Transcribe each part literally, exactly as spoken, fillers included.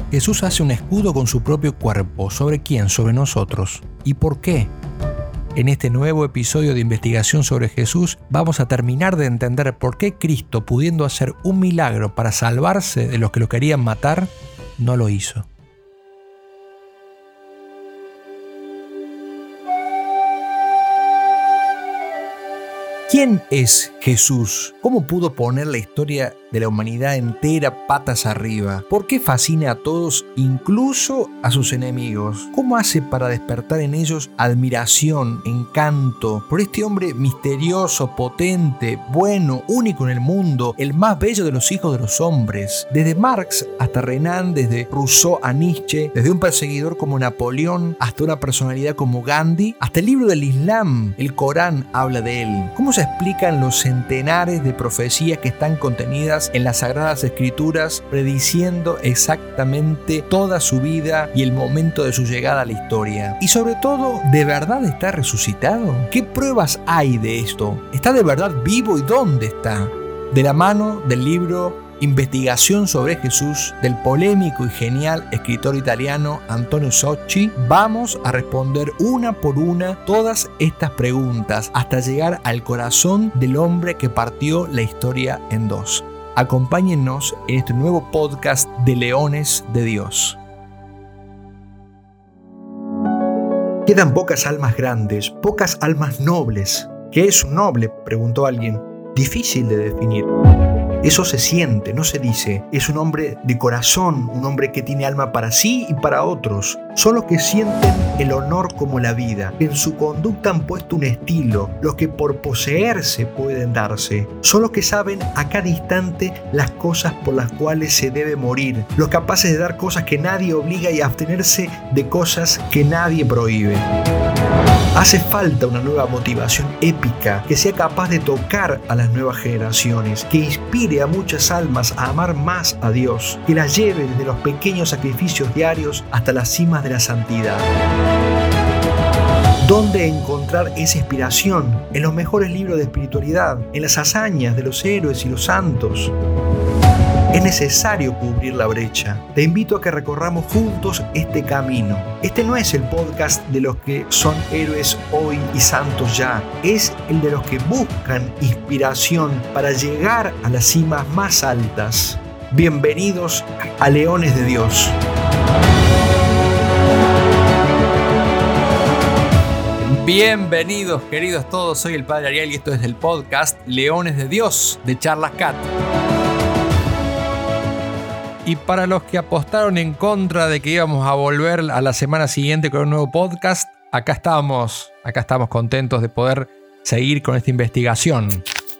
Jesús hace un escudo con su propio cuerpo. ¿Sobre quién? Sobre nosotros. ¿Y por qué? En este nuevo episodio de investigación sobre Jesús vamos a terminar de entender por qué Cristo, pudiendo hacer un milagro para salvarse de los que lo querían matar, no lo hizo. ¿Quién es Jesús? ¿Cómo pudo poner la historia de la humanidad entera patas arriba? ¿Por qué fascina a todos, incluso a sus enemigos? ¿Cómo hace para despertar en ellos admiración, encanto por este hombre misterioso, potente, bueno, único en el mundo, el más bello de los hijos de los hombres? Desde Marx hasta Renan, desde Rousseau a Nietzsche, desde un perseguidor como Napoleón hasta una personalidad como Gandhi, hasta el libro del Islam, el Corán, habla de él. ¿Cómo se explican los centenares de profecías que están contenidas en las Sagradas Escrituras, prediciendo exactamente toda su vida y el momento de su llegada a la historia? Y sobre todo, ¿de verdad está resucitado? ¿Qué pruebas hay de esto? ¿Está de verdad vivo y dónde está? De la mano del libro Investigación sobre Jesús, del polémico y genial escritor italiano Antonio Socci, vamos a responder una por una todas estas preguntas hasta llegar al corazón del hombre que partió la historia en dos. Acompáñennos en este nuevo podcast de Leones de Dios. Quedan pocas almas grandes, pocas almas nobles. ¿Qué es un noble?, preguntó alguien. Difícil de definir. Eso se siente, no se dice. Es un hombre de corazón, un hombre que tiene alma para sí y para otros. Son los que sienten el honor como la vida, que en su conducta han puesto un estilo, los que por poseerse pueden darse. Son los que saben a cada instante las cosas por las cuales se debe morir, los capaces de dar cosas que nadie obliga y abstenerse de cosas que nadie prohíbe. Hace falta una nueva motivación épica que sea capaz de tocar a las nuevas generaciones, que inspire a muchas almas a amar más a Dios, que las lleve desde los pequeños sacrificios diarios hasta las cimas de la santidad. ¿Dónde encontrar esa inspiración? En los mejores libros de espiritualidad, en las hazañas de los héroes y los santos. Es necesario cubrir la brecha. Te invito a que recorramos juntos este camino. Este no es el podcast de los que son héroes hoy y santos ya. Es el de los que buscan inspiración para llegar a las cimas más altas. Bienvenidos a Leones de Dios. Bienvenidos, queridos todos. Soy el Padre Ariel y esto es el podcast Leones de Dios de Charlas Cat. Y para los que apostaron en contra de que íbamos a volver a la semana siguiente con un nuevo podcast, acá estamos, acá estamos contentos de poder seguir con esta investigación.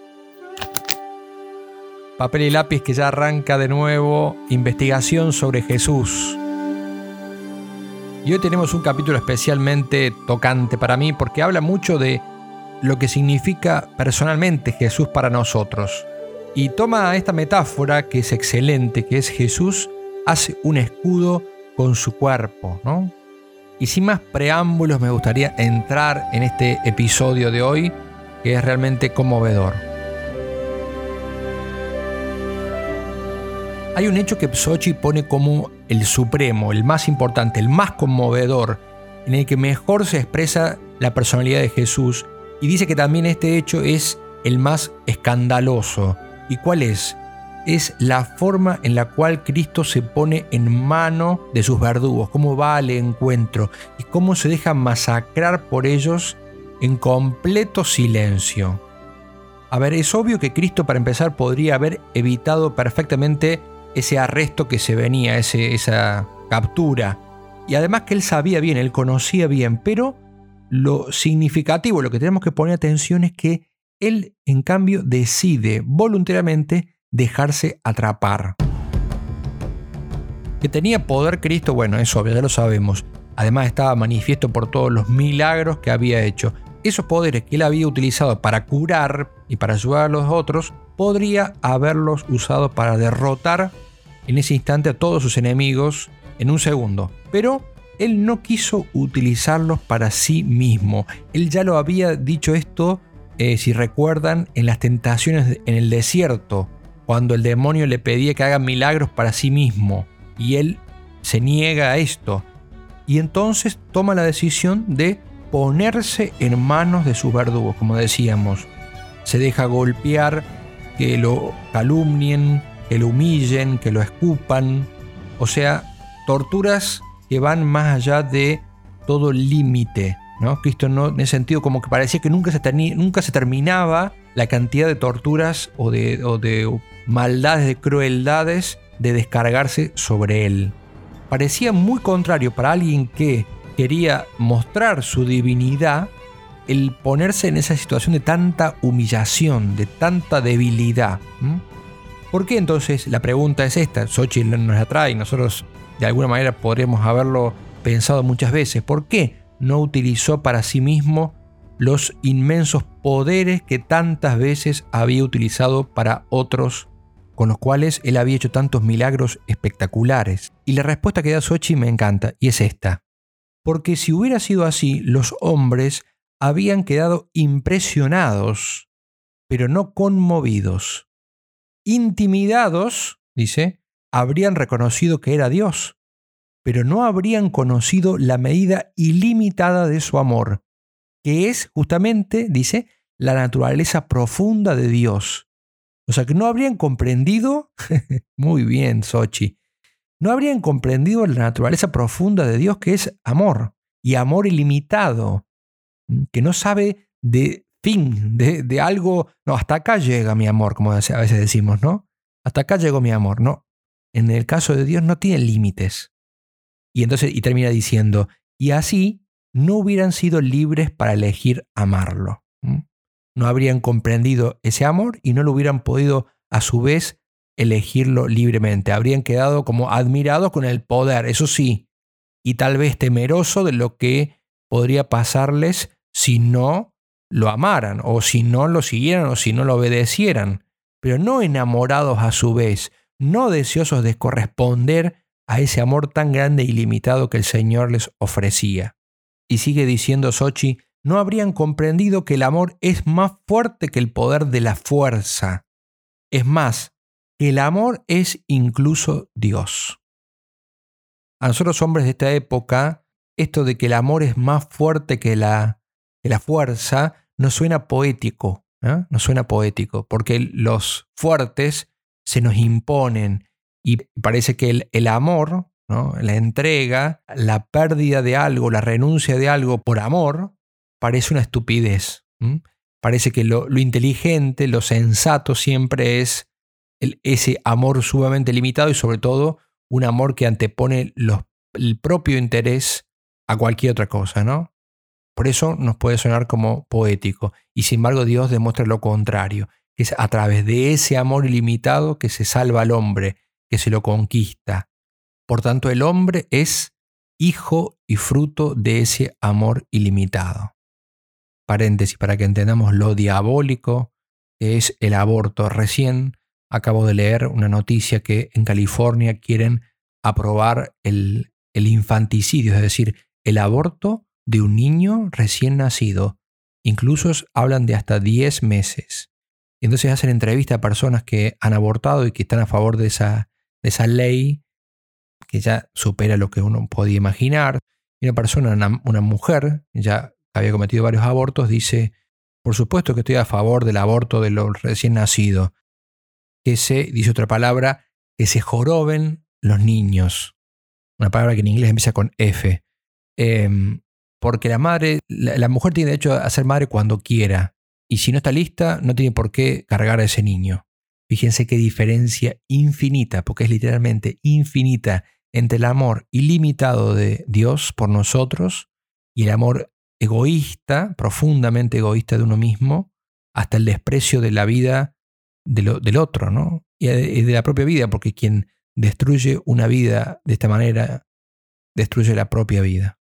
Papel y lápiz que ya arranca de nuevo, investigación sobre Jesús. Y hoy tenemos un capítulo especialmente tocante para mí porque habla mucho de lo que significa personalmente Jesús para nosotros. Y toma esta metáfora que es excelente, que es Jesús hace un escudo con su cuerpo, ¿no? Y sin más preámbulos me gustaría entrar en este episodio de hoy, que es realmente conmovedor. Hay un hecho que Socci pone como el supremo, el más importante, el más conmovedor, en el que mejor se expresa la personalidad de Jesús, y dice que también este hecho es el más escandaloso. ¿Y cuál es? Es la forma en la cual Cristo se pone en mano de sus verdugos, cómo va al encuentro y cómo se deja masacrar por ellos en completo silencio. A ver, es obvio que Cristo, para empezar, podría haber evitado perfectamente ese arresto que se venía, ese, esa captura. Y además que él sabía bien, él conocía bien, pero lo significativo, lo que tenemos que poner atención es que él, en cambio, decide voluntariamente dejarse atrapar. Que tenía poder Cristo, bueno, es obvio, ya lo sabemos. Además estaba manifiesto por todos los milagros que había hecho. Esos poderes que él había utilizado para curar y para ayudar a los otros, podría haberlos usado para derrotar en ese instante a todos sus enemigos en un segundo. Pero él no quiso utilizarlos para sí mismo. Él ya lo había dicho esto, eh, si recuerdan, en las tentaciones en el desierto, cuando el demonio le pedía que haga milagros para sí mismo. Y él se niega a esto. Y entonces toma la decisión de ponerse en manos de sus verdugos, como decíamos. Se deja golpear, que lo calumnien, que lo humillen, que lo escupan. O sea, torturas que van más allá de todo límite, ¿no? Cristo no, en ese sentido, como que parecía que nunca se, terni- nunca se terminaba la cantidad de torturas o de, o de maldades, de crueldades de descargarse sobre él. Parecía muy contrario para alguien que quería mostrar su divinidad el ponerse en esa situación de tanta humillación, de tanta debilidad. ¿Mm? ¿Por qué entonces? La pregunta es esta. Xochitl nos la trae y nosotros de alguna manera podríamos haberlo pensado muchas veces. ¿Por qué no utilizó para sí mismo los inmensos poderes que tantas veces había utilizado para otros, con los cuales él había hecho tantos milagros espectaculares? Y la respuesta que da Xochitl me encanta, y es esta. Porque si hubiera sido así, los hombres habían quedado impresionados, pero no conmovidos. Intimidados, dice, habrían reconocido que era Dios, pero no habrían conocido la medida ilimitada de su amor, que es justamente, dice, la naturaleza profunda de Dios. O sea que no habrían comprendido, muy bien, Xochitl, no habrían comprendido la naturaleza profunda de Dios, que es amor, y amor ilimitado, que no sabe de fin, de, de algo, no, hasta acá llega mi amor, como a veces decimos, ¿no? Hasta acá llegó mi amor, no. En el caso de Dios no tiene límites. Y entonces, y termina diciendo, y así no hubieran sido libres para elegir amarlo. ¿Mm? No habrían comprendido ese amor y no lo hubieran podido, a su vez, elegirlo libremente. Habrían quedado como admirados con el poder, eso sí, y tal vez temerosos de lo que podría pasarles si no lo amaran, o si no lo siguieran, o si no lo obedecieran, pero no enamorados a su vez, no deseosos de corresponder a ese amor tan grande e ilimitado que el Señor les ofrecía. Y sigue diciendo Xochitl, no habrían comprendido que el amor es más fuerte que el poder de la fuerza. Es más, que el amor es incluso Dios. A nosotros hombres de esta época, esto de que el amor es más fuerte que la, que la fuerza, nos suena poético, ¿eh? Nos suena poético, porque los fuertes se nos imponen y parece que el, el amor, ¿no? La entrega, la pérdida de algo, la renuncia de algo por amor, parece una estupidez. ¿Mm? Parece que lo, lo inteligente, lo sensato siempre es el, ese amor sumamente limitado y sobre todo un amor que antepone los, el propio interés a cualquier otra cosa, ¿no? Por eso nos puede sonar como poético. Y sin embargo Dios demuestra lo contrario, que es a través de ese amor ilimitado que se salva al hombre, que se lo conquista. Por tanto, el hombre es hijo y fruto de ese amor ilimitado. Paréntesis para que entendamos lo diabólico que es el aborto. Recién acabo de leer una noticia que en California quieren aprobar el, el infanticidio, es decir, el aborto de un niño recién nacido. Incluso hablan de hasta diez meses. Y entonces hacen entrevista a personas que han abortado y que están a favor de esa, de esa ley que ya supera lo que uno podía imaginar. Y una persona, una, una mujer, ya había cometido varios abortos, dice, por supuesto que estoy a favor del aborto de los recién nacidos. Que se, dice otra palabra, que se joroben los niños. Una palabra que en inglés empieza con F. Eh, porque la madre, la, la mujer tiene derecho a ser madre cuando quiera. Y si no está lista, no tiene por qué cargar a ese niño. Fíjense qué diferencia infinita, porque es literalmente infinita, entre el amor ilimitado de Dios por nosotros y el amor egoísta, profundamente egoísta de uno mismo, hasta el desprecio de la vida de lo, del otro, ¿no? Y de, de la propia vida, porque quien destruye una vida de esta manera, destruye la propia vida.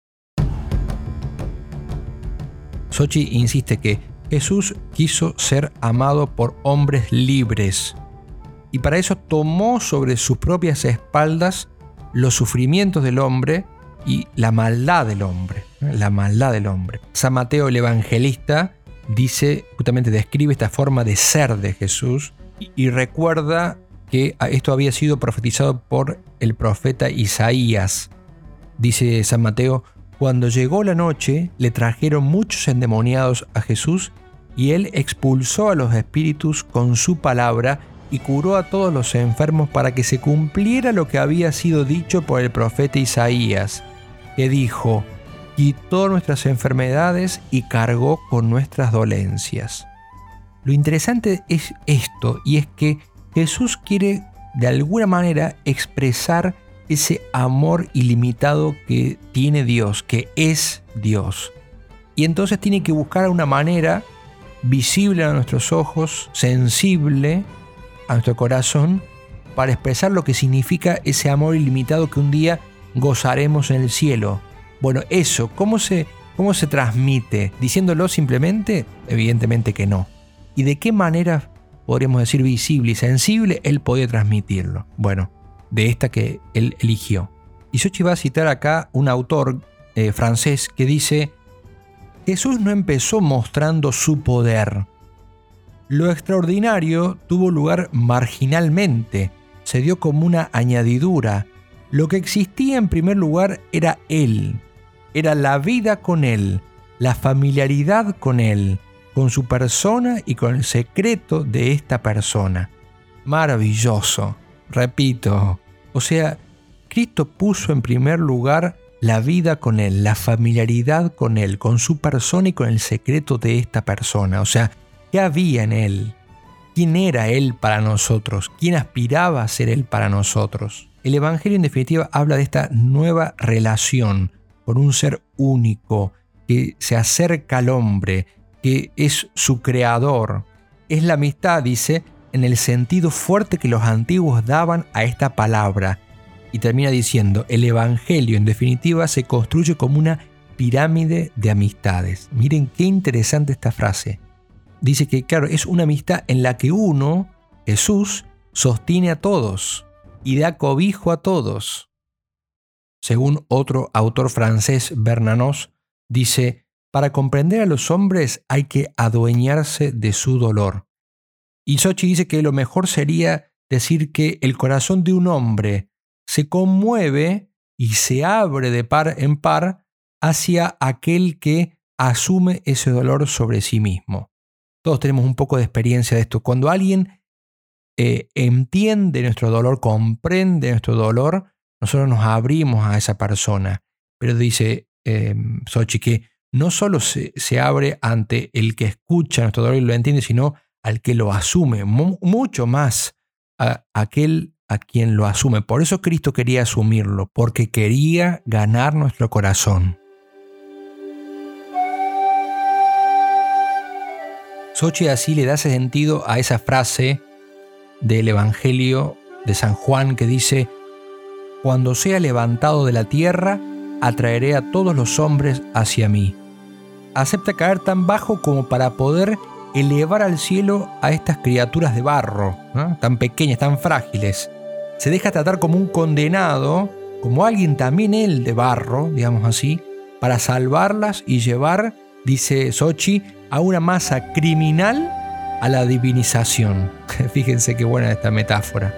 Xochitl insiste que Jesús quiso ser amado por hombres libres y para eso tomó sobre sus propias espaldas los sufrimientos del hombre y la maldad del hombre, la maldad del hombre. San Mateo el evangelista dice, justamente describe esta forma de ser de Jesús y, y recuerda que esto había sido profetizado por el profeta Isaías. Dice San Mateo: cuando llegó la noche, le trajeron muchos endemoniados a Jesús, y él expulsó a los espíritus con su palabra y curó a todos los enfermos, para que se cumpliera lo que había sido dicho por el profeta Isaías, que dijo: quitó nuestras enfermedades y cargó con nuestras dolencias. Lo interesante es esto, y es que Jesús quiere de alguna manera expresar ese amor ilimitado que tiene Dios, que es Dios. Y entonces tiene que buscar una manera visible a nuestros ojos, sensible a nuestro corazón, para expresar lo que significa ese amor ilimitado que un día gozaremos en el cielo. Bueno, eso, ¿cómo se, cómo se transmite? ¿Diciéndolo simplemente? Evidentemente que no. ¿Y de qué manera podríamos decir visible y sensible él podía transmitirlo? Bueno, de esta que él eligió. Y Xochitl va a citar acá un autor eh, francés que dice: Jesús no empezó mostrando su poder. Lo extraordinario tuvo lugar marginalmente, se dio como una añadidura. Lo que existía en primer lugar era Él, era la vida con Él, la familiaridad con Él, con su persona y con el secreto de esta persona. Maravilloso, repito. O sea, Cristo puso en primer lugar la vida con Él, la familiaridad con Él, con su persona y con el secreto de esta persona. O sea, ¿qué había en Él? ¿Quién era Él para nosotros? ¿Quién aspiraba a ser Él para nosotros? El Evangelio, en definitiva, habla de esta nueva relación con un ser único que se acerca al hombre, que es su creador. Es la amistad, dice, en el sentido fuerte que los antiguos daban a esta palabra. Y termina diciendo: el Evangelio, en definitiva, se construye como una pirámide de amistades. Miren qué interesante esta frase. Dice que, claro, es una amistad en la que uno, Jesús, sostiene a todos y da cobijo a todos. Según otro autor francés, Bernanos, dice: para comprender a los hombres hay que adueñarse de su dolor. Y Xochitl dice que lo mejor sería decir que el corazón de un hombre se conmueve y se abre de par en par hacia aquel que asume ese dolor sobre sí mismo. Todos tenemos un poco de experiencia de esto. Cuando alguien eh, entiende nuestro dolor, comprende nuestro dolor, nosotros nos abrimos a esa persona. Pero dice eh, Xochitl que no solo se, se abre ante el que escucha nuestro dolor y lo entiende, sino al que lo asume, mu- mucho más a aquel a quien lo asume. Por eso Cristo quería asumirlo, porque quería ganar nuestro corazón. Xochitl así le da ese sentido a esa frase del Evangelio de San Juan que dice: cuando sea levantado de la tierra, atraeré a todos los hombres hacia mí. Acepta caer tan bajo como para poder elevar al cielo a estas criaturas de barro, ¿no? Tan pequeñas, tan frágiles. Se deja tratar como un condenado, como alguien también él de barro, digamos así, para salvarlas y llevar, dice Xochitl, a una masa criminal a la divinización. Fíjense qué buena esta metáfora.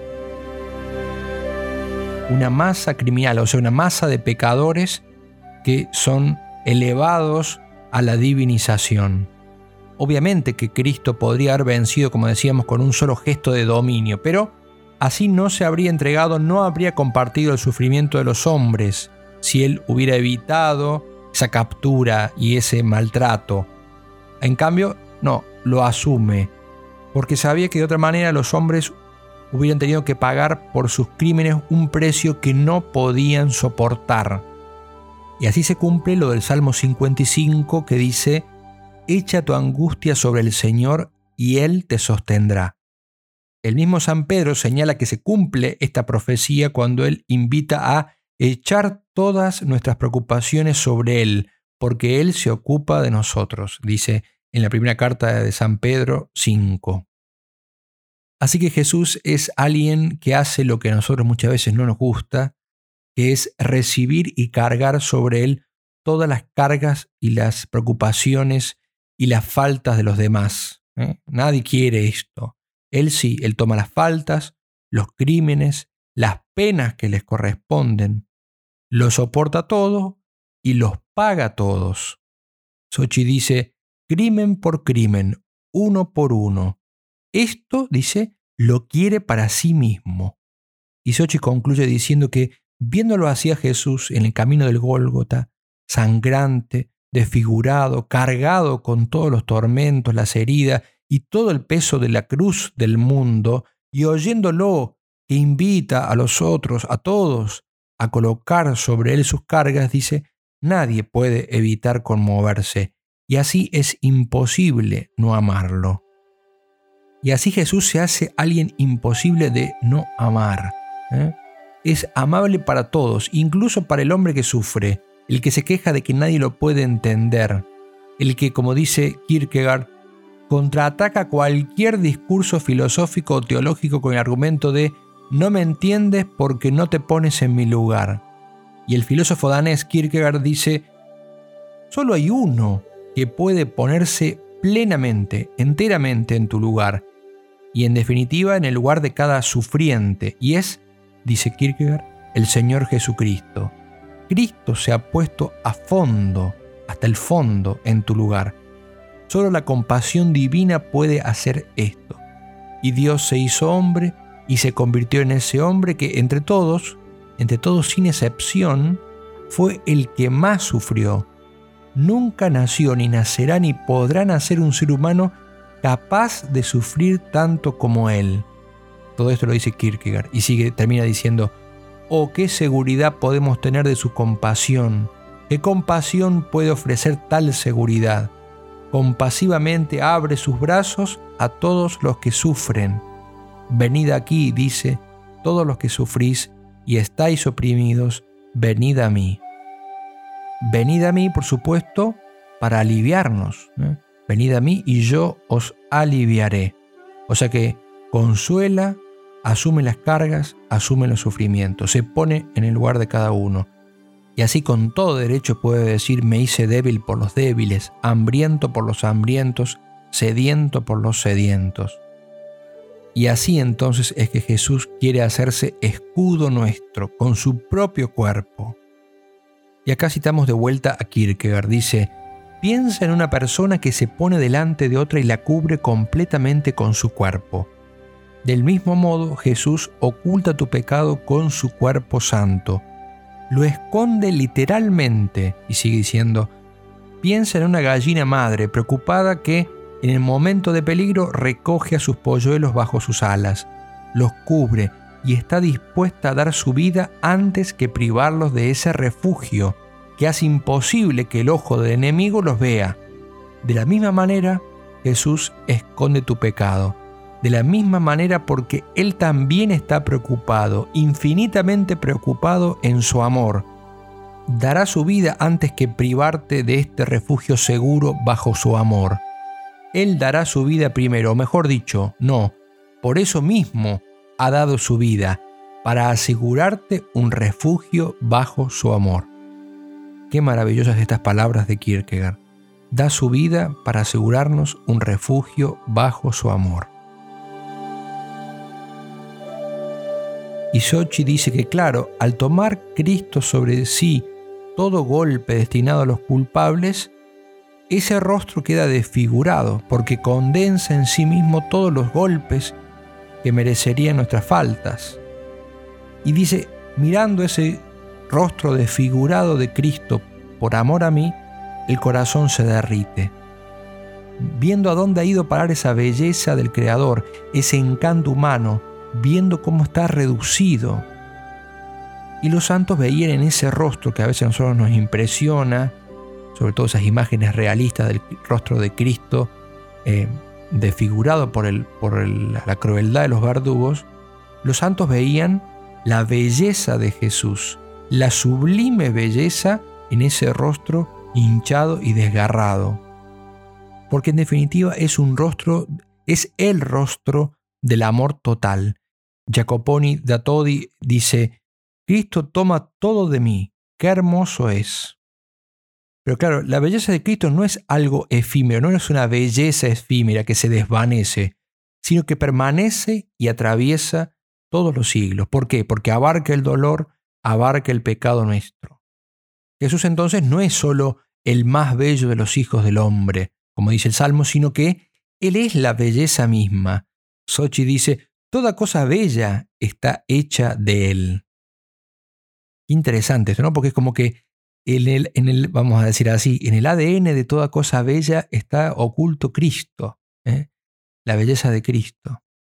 Una masa criminal, o sea, una masa de pecadores que son elevados a la divinización. Obviamente que Cristo podría haber vencido, como decíamos, con un solo gesto de dominio, pero así no se habría entregado, no habría compartido el sufrimiento de los hombres si Él hubiera evitado esa captura y ese maltrato. En cambio, no, lo asume, porque sabía que de otra manera los hombres hubieran tenido que pagar por sus crímenes un precio que no podían soportar. Y así se cumple lo del Salmo cincuenta y cinco que dice: echa tu angustia sobre el Señor y Él te sostendrá. El mismo San Pedro señala que se cumple esta profecía cuando él invita a echar todas nuestras preocupaciones sobre Él, porque Él se ocupa de nosotros, dice en la primera carta de San Pedro cinco. Así que Jesús es alguien que hace lo que a nosotros muchas veces no nos gusta, que es recibir y cargar sobre Él todas las cargas y las preocupaciones y las faltas de los demás. ¿eh? Nadie quiere esto. Él sí, Él toma las faltas, los crímenes las penas que les corresponden, lo soporta todo y los paga a todos. Sochi dice, crimen por crimen, uno por uno. Esto, dice, lo quiere para sí mismo. Y Sochi concluye diciendo que, viéndolo así a Jesús en el camino del Gólgota, sangrante, desfigurado, cargado con todos los tormentos, las heridas y todo el peso de la cruz del mundo, y oyéndolo que invita a los otros, a todos, a colocar sobre él sus cargas, dice, nadie puede evitar conmoverse, y así es imposible no amarlo. Y así Jesús se hace alguien imposible de no amar. ¿eh? Es amable para todos, incluso para el hombre que sufre, el que se queja de que nadie lo puede entender, el que, como dice Kierkegaard, contraataca cualquier discurso filosófico o teológico con el argumento de no me entiendes porque no te pones en mi lugar. Y el filósofo danés Kierkegaard dice, solo hay uno que puede ponerse plenamente, enteramente en tu lugar, y en definitiva en el lugar de cada sufriente, y es, dice Kierkegaard, el Señor Jesucristo. Cristo se ha puesto a fondo, hasta el fondo, en tu lugar. Solo la compasión divina puede hacer esto. Y Dios se hizo hombre y se convirtió en ese hombre que entre todos, entre todos sin excepción, fue el que más sufrió. Nunca nació, ni nacerá, ni podrá nacer un ser humano capaz de sufrir tanto como él. Todo esto lo dice Kierkegaard y sigue, termina diciendo, oh, qué seguridad podemos tener de su compasión. ¿Qué compasión puede ofrecer tal seguridad? Compasivamente abre sus brazos a todos los que sufren. Venid aquí, dice, todos los que sufrís y estáis oprimidos, venid a mí. Venid a mí, por supuesto, para aliviarnos. ¿eh? Venid a mí y yo os aliviaré. O sea que consuela, asume las cargas, asume los sufrimientos, se pone en el lugar de cada uno. Y así con todo derecho puede decir, me hice débil por los débiles, hambriento por los hambrientos, sediento por los sedientos. Y así entonces es que Jesús quiere hacerse escudo nuestro con su propio cuerpo. Y acá citamos de vuelta a Kierkegaard, dice, piensa en una persona que se pone delante de otra y la cubre completamente con su cuerpo. Del mismo modo, Jesús oculta tu pecado con su cuerpo santo. Lo esconde literalmente, y sigue diciendo, piensa en una gallina madre preocupada que, en el momento de peligro, recoge a sus polluelos bajo sus alas, los cubre y está dispuesta a dar su vida antes que privarlos de ese refugio que hace imposible que el ojo del enemigo los vea. De la misma manera, Jesús esconde tu pecado. De la misma manera porque Él también está preocupado, infinitamente preocupado en su amor. Dará su vida antes que privarte de este refugio seguro bajo su amor. Él dará su vida primero, o mejor dicho, no, por eso mismo ha dado su vida, para asegurarte un refugio bajo su amor. Qué maravillosas estas palabras de Kierkegaard. Da su vida para asegurarnos un refugio bajo su amor. Y Sochi dice que, claro, al tomar Cristo sobre sí todo golpe destinado a los culpables, ese rostro queda desfigurado porque condensa en sí mismo todos los golpes que merecerían nuestras faltas. Y dice, mirando ese rostro desfigurado de Cristo por amor a mí, el corazón se derrite. Viendo a dónde ha ido a parar esa belleza del Creador, ese encanto humano, viendo cómo está reducido. Y los santos veían en ese rostro que a veces a nosotros nos impresiona, sobre todo esas imágenes realistas del rostro de Cristo, eh, desfigurado por, el, por el, la crueldad de los verdugos, los santos veían la belleza de Jesús, la sublime belleza en ese rostro hinchado y desgarrado. Porque en definitiva es un rostro, es el rostro del amor total. Jacoponi da Todi dice, Cristo toma todo de mí, qué hermoso es. Pero claro, la belleza de Cristo no es algo efímero, no es una belleza efímera que se desvanece, sino que permanece y atraviesa todos los siglos. ¿Por qué? Porque abarca el dolor, abarca el pecado nuestro. Jesús entonces no es solo el más bello de los hijos del hombre, como dice el Salmo, sino que Él es la belleza misma. Sochi dice, toda cosa bella está hecha de Él. Interesante esto, ¿no? Porque es como que en el, en el, vamos a decir así, en el A D N de toda cosa bella está oculto Cristo, ¿eh? La belleza de Cristo.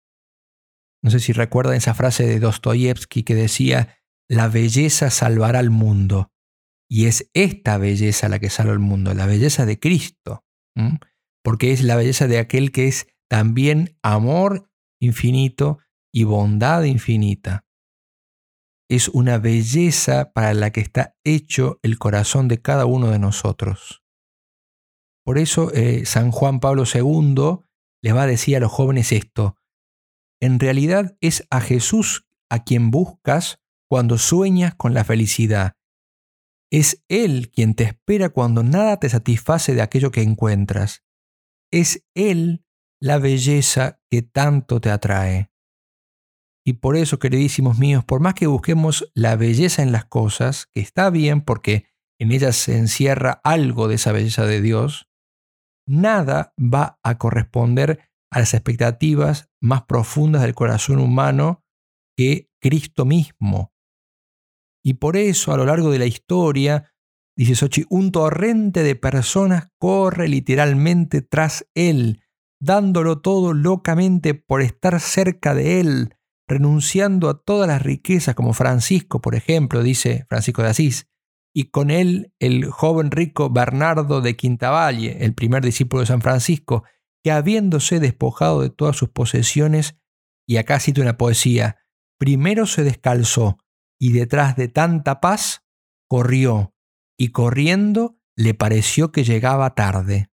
No sé si recuerdan esa frase de Dostoyevsky que decía, la belleza salvará al mundo. Y es esta belleza la que salva al mundo, la belleza de Cristo. ¿Mm? Porque es la belleza de aquel que es también amor infinito y bondad infinita. Es una belleza para la que está hecho el corazón de cada uno de nosotros. Por eso eh, San Juan Pablo segundo les va a decir a los jóvenes esto. En realidad es a Jesús a quien buscas cuando sueñas con la felicidad. Es Él quien te espera cuando nada te satisface de aquello que encuentras. Es Él la belleza que tanto te atrae. Y por eso, queridísimos míos, por más que busquemos la belleza en las cosas, que está bien porque en ellas se encierra algo de esa belleza de Dios, nada va a corresponder a las expectativas más profundas del corazón humano que Cristo mismo. Y por eso, a lo largo de la historia, dice Sochi, un torrente de personas corre literalmente tras Él, dándolo todo locamente por estar cerca de Él, renunciando a todas las riquezas, como Francisco, por ejemplo, dice Francisco de Asís, y con él el joven rico Bernardo de Quintavalle, el primer discípulo de San Francisco, que habiéndose despojado de todas sus posesiones, y acá cito una poesía, primero se descalzó, y detrás de tanta paz, corrió, y corriendo le pareció que llegaba tarde.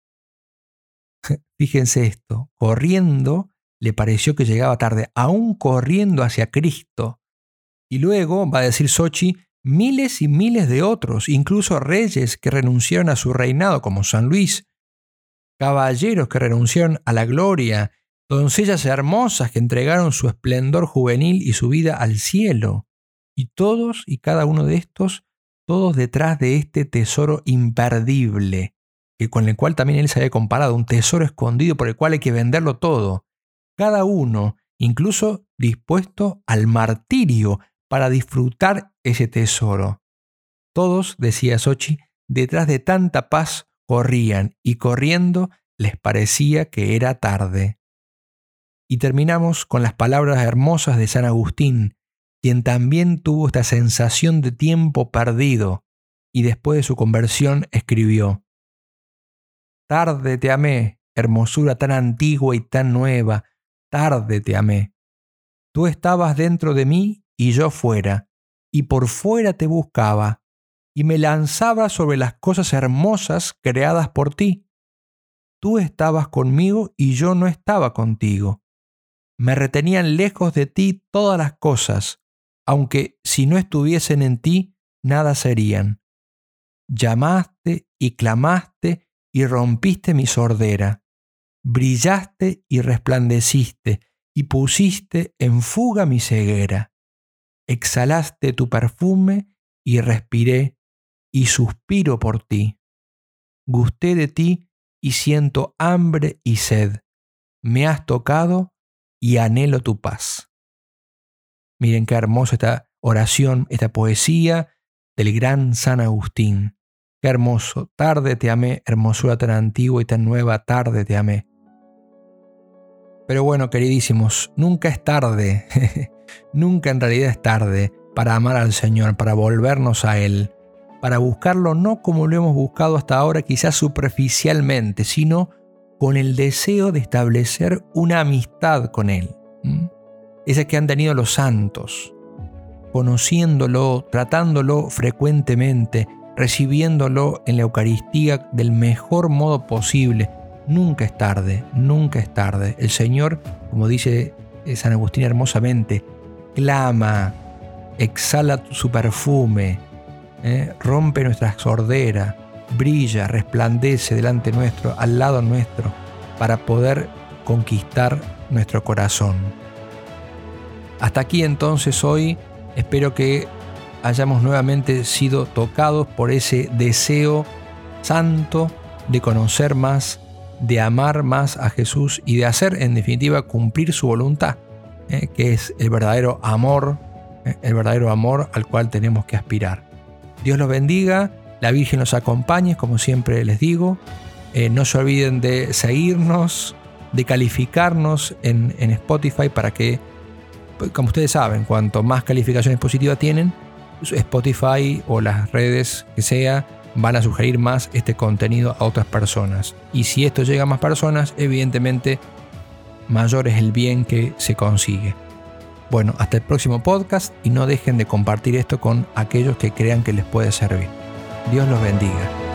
Fíjense esto, corriendo le pareció que llegaba tarde, aún corriendo hacia Cristo. Y luego, va a decir Sochi, miles y miles de otros, incluso reyes que renunciaron a su reinado, como San Luis, caballeros que renunciaron a la gloria, doncellas hermosas que entregaron su esplendor juvenil y su vida al cielo. Y todos y cada uno de estos, todos detrás de este tesoro imperdible, que con el cual también él se había comparado, un tesoro escondido por el cual hay que venderlo todo. Cada uno, incluso dispuesto al martirio para disfrutar ese tesoro. Todos, decía Sochi, detrás de tanta paz corrían y corriendo les parecía que era tarde. Y terminamos con las palabras hermosas de San Agustín, quien también tuvo esta sensación de tiempo perdido y después de su conversión escribió: Tarde te amé, hermosura tan antigua y tan nueva, tarde te amé. Tú estabas dentro de mí y yo fuera, y por fuera te buscaba, y me lanzaba sobre las cosas hermosas creadas por ti. Tú estabas conmigo y yo no estaba contigo. Me retenían lejos de ti todas las cosas, aunque si no estuviesen en ti, nada serían. Llamaste y clamaste y rompiste mi sordera. Brillaste y resplandeciste y pusiste en fuga mi ceguera. Exhalaste tu perfume y respiré y suspiro por ti. Gusté de ti y siento hambre y sed. Me has tocado y anhelo tu paz. Miren qué hermosa esta oración, esta poesía del gran San Agustín. Qué hermoso. Tarde te amé, hermosura tan antigua y tan nueva, tarde te amé. Pero bueno, queridísimos, nunca es tarde, nunca en realidad es tarde para amar al Señor, para volvernos a Él, para buscarlo no como lo hemos buscado hasta ahora, quizás superficialmente, sino con el deseo de establecer una amistad con Él. ¿Mm? Esa que han tenido los santos, conociéndolo, tratándolo frecuentemente, recibiéndolo en la Eucaristía del mejor modo posible. Nunca es tarde, nunca es tarde. El Señor, como dice San Agustín hermosamente, clama, exhala su perfume, ¿eh? rompe nuestra sordera, brilla, resplandece delante nuestro, al lado nuestro, para poder conquistar nuestro corazón. Hasta aquí entonces hoy. Espero que hayamos nuevamente sido tocados por ese deseo santo de conocer más, de amar más a Jesús y de hacer en definitiva cumplir su voluntad, eh, que es el verdadero amor, eh, el verdadero amor al cual tenemos que aspirar. Dios los bendiga, la Virgen los acompañe, como siempre les digo. Eh, no se olviden de seguirnos, de calificarnos en, en Spotify para que, como ustedes saben, cuanto más calificaciones positivas tienen, Spotify o las redes que sea van a sugerir más este contenido a otras personas. Y si esto llega a más personas, evidentemente mayor es el bien que se consigue. Bueno, hasta el próximo podcast y no dejen de compartir esto con aquellos que crean que les puede servir. Dios los bendiga.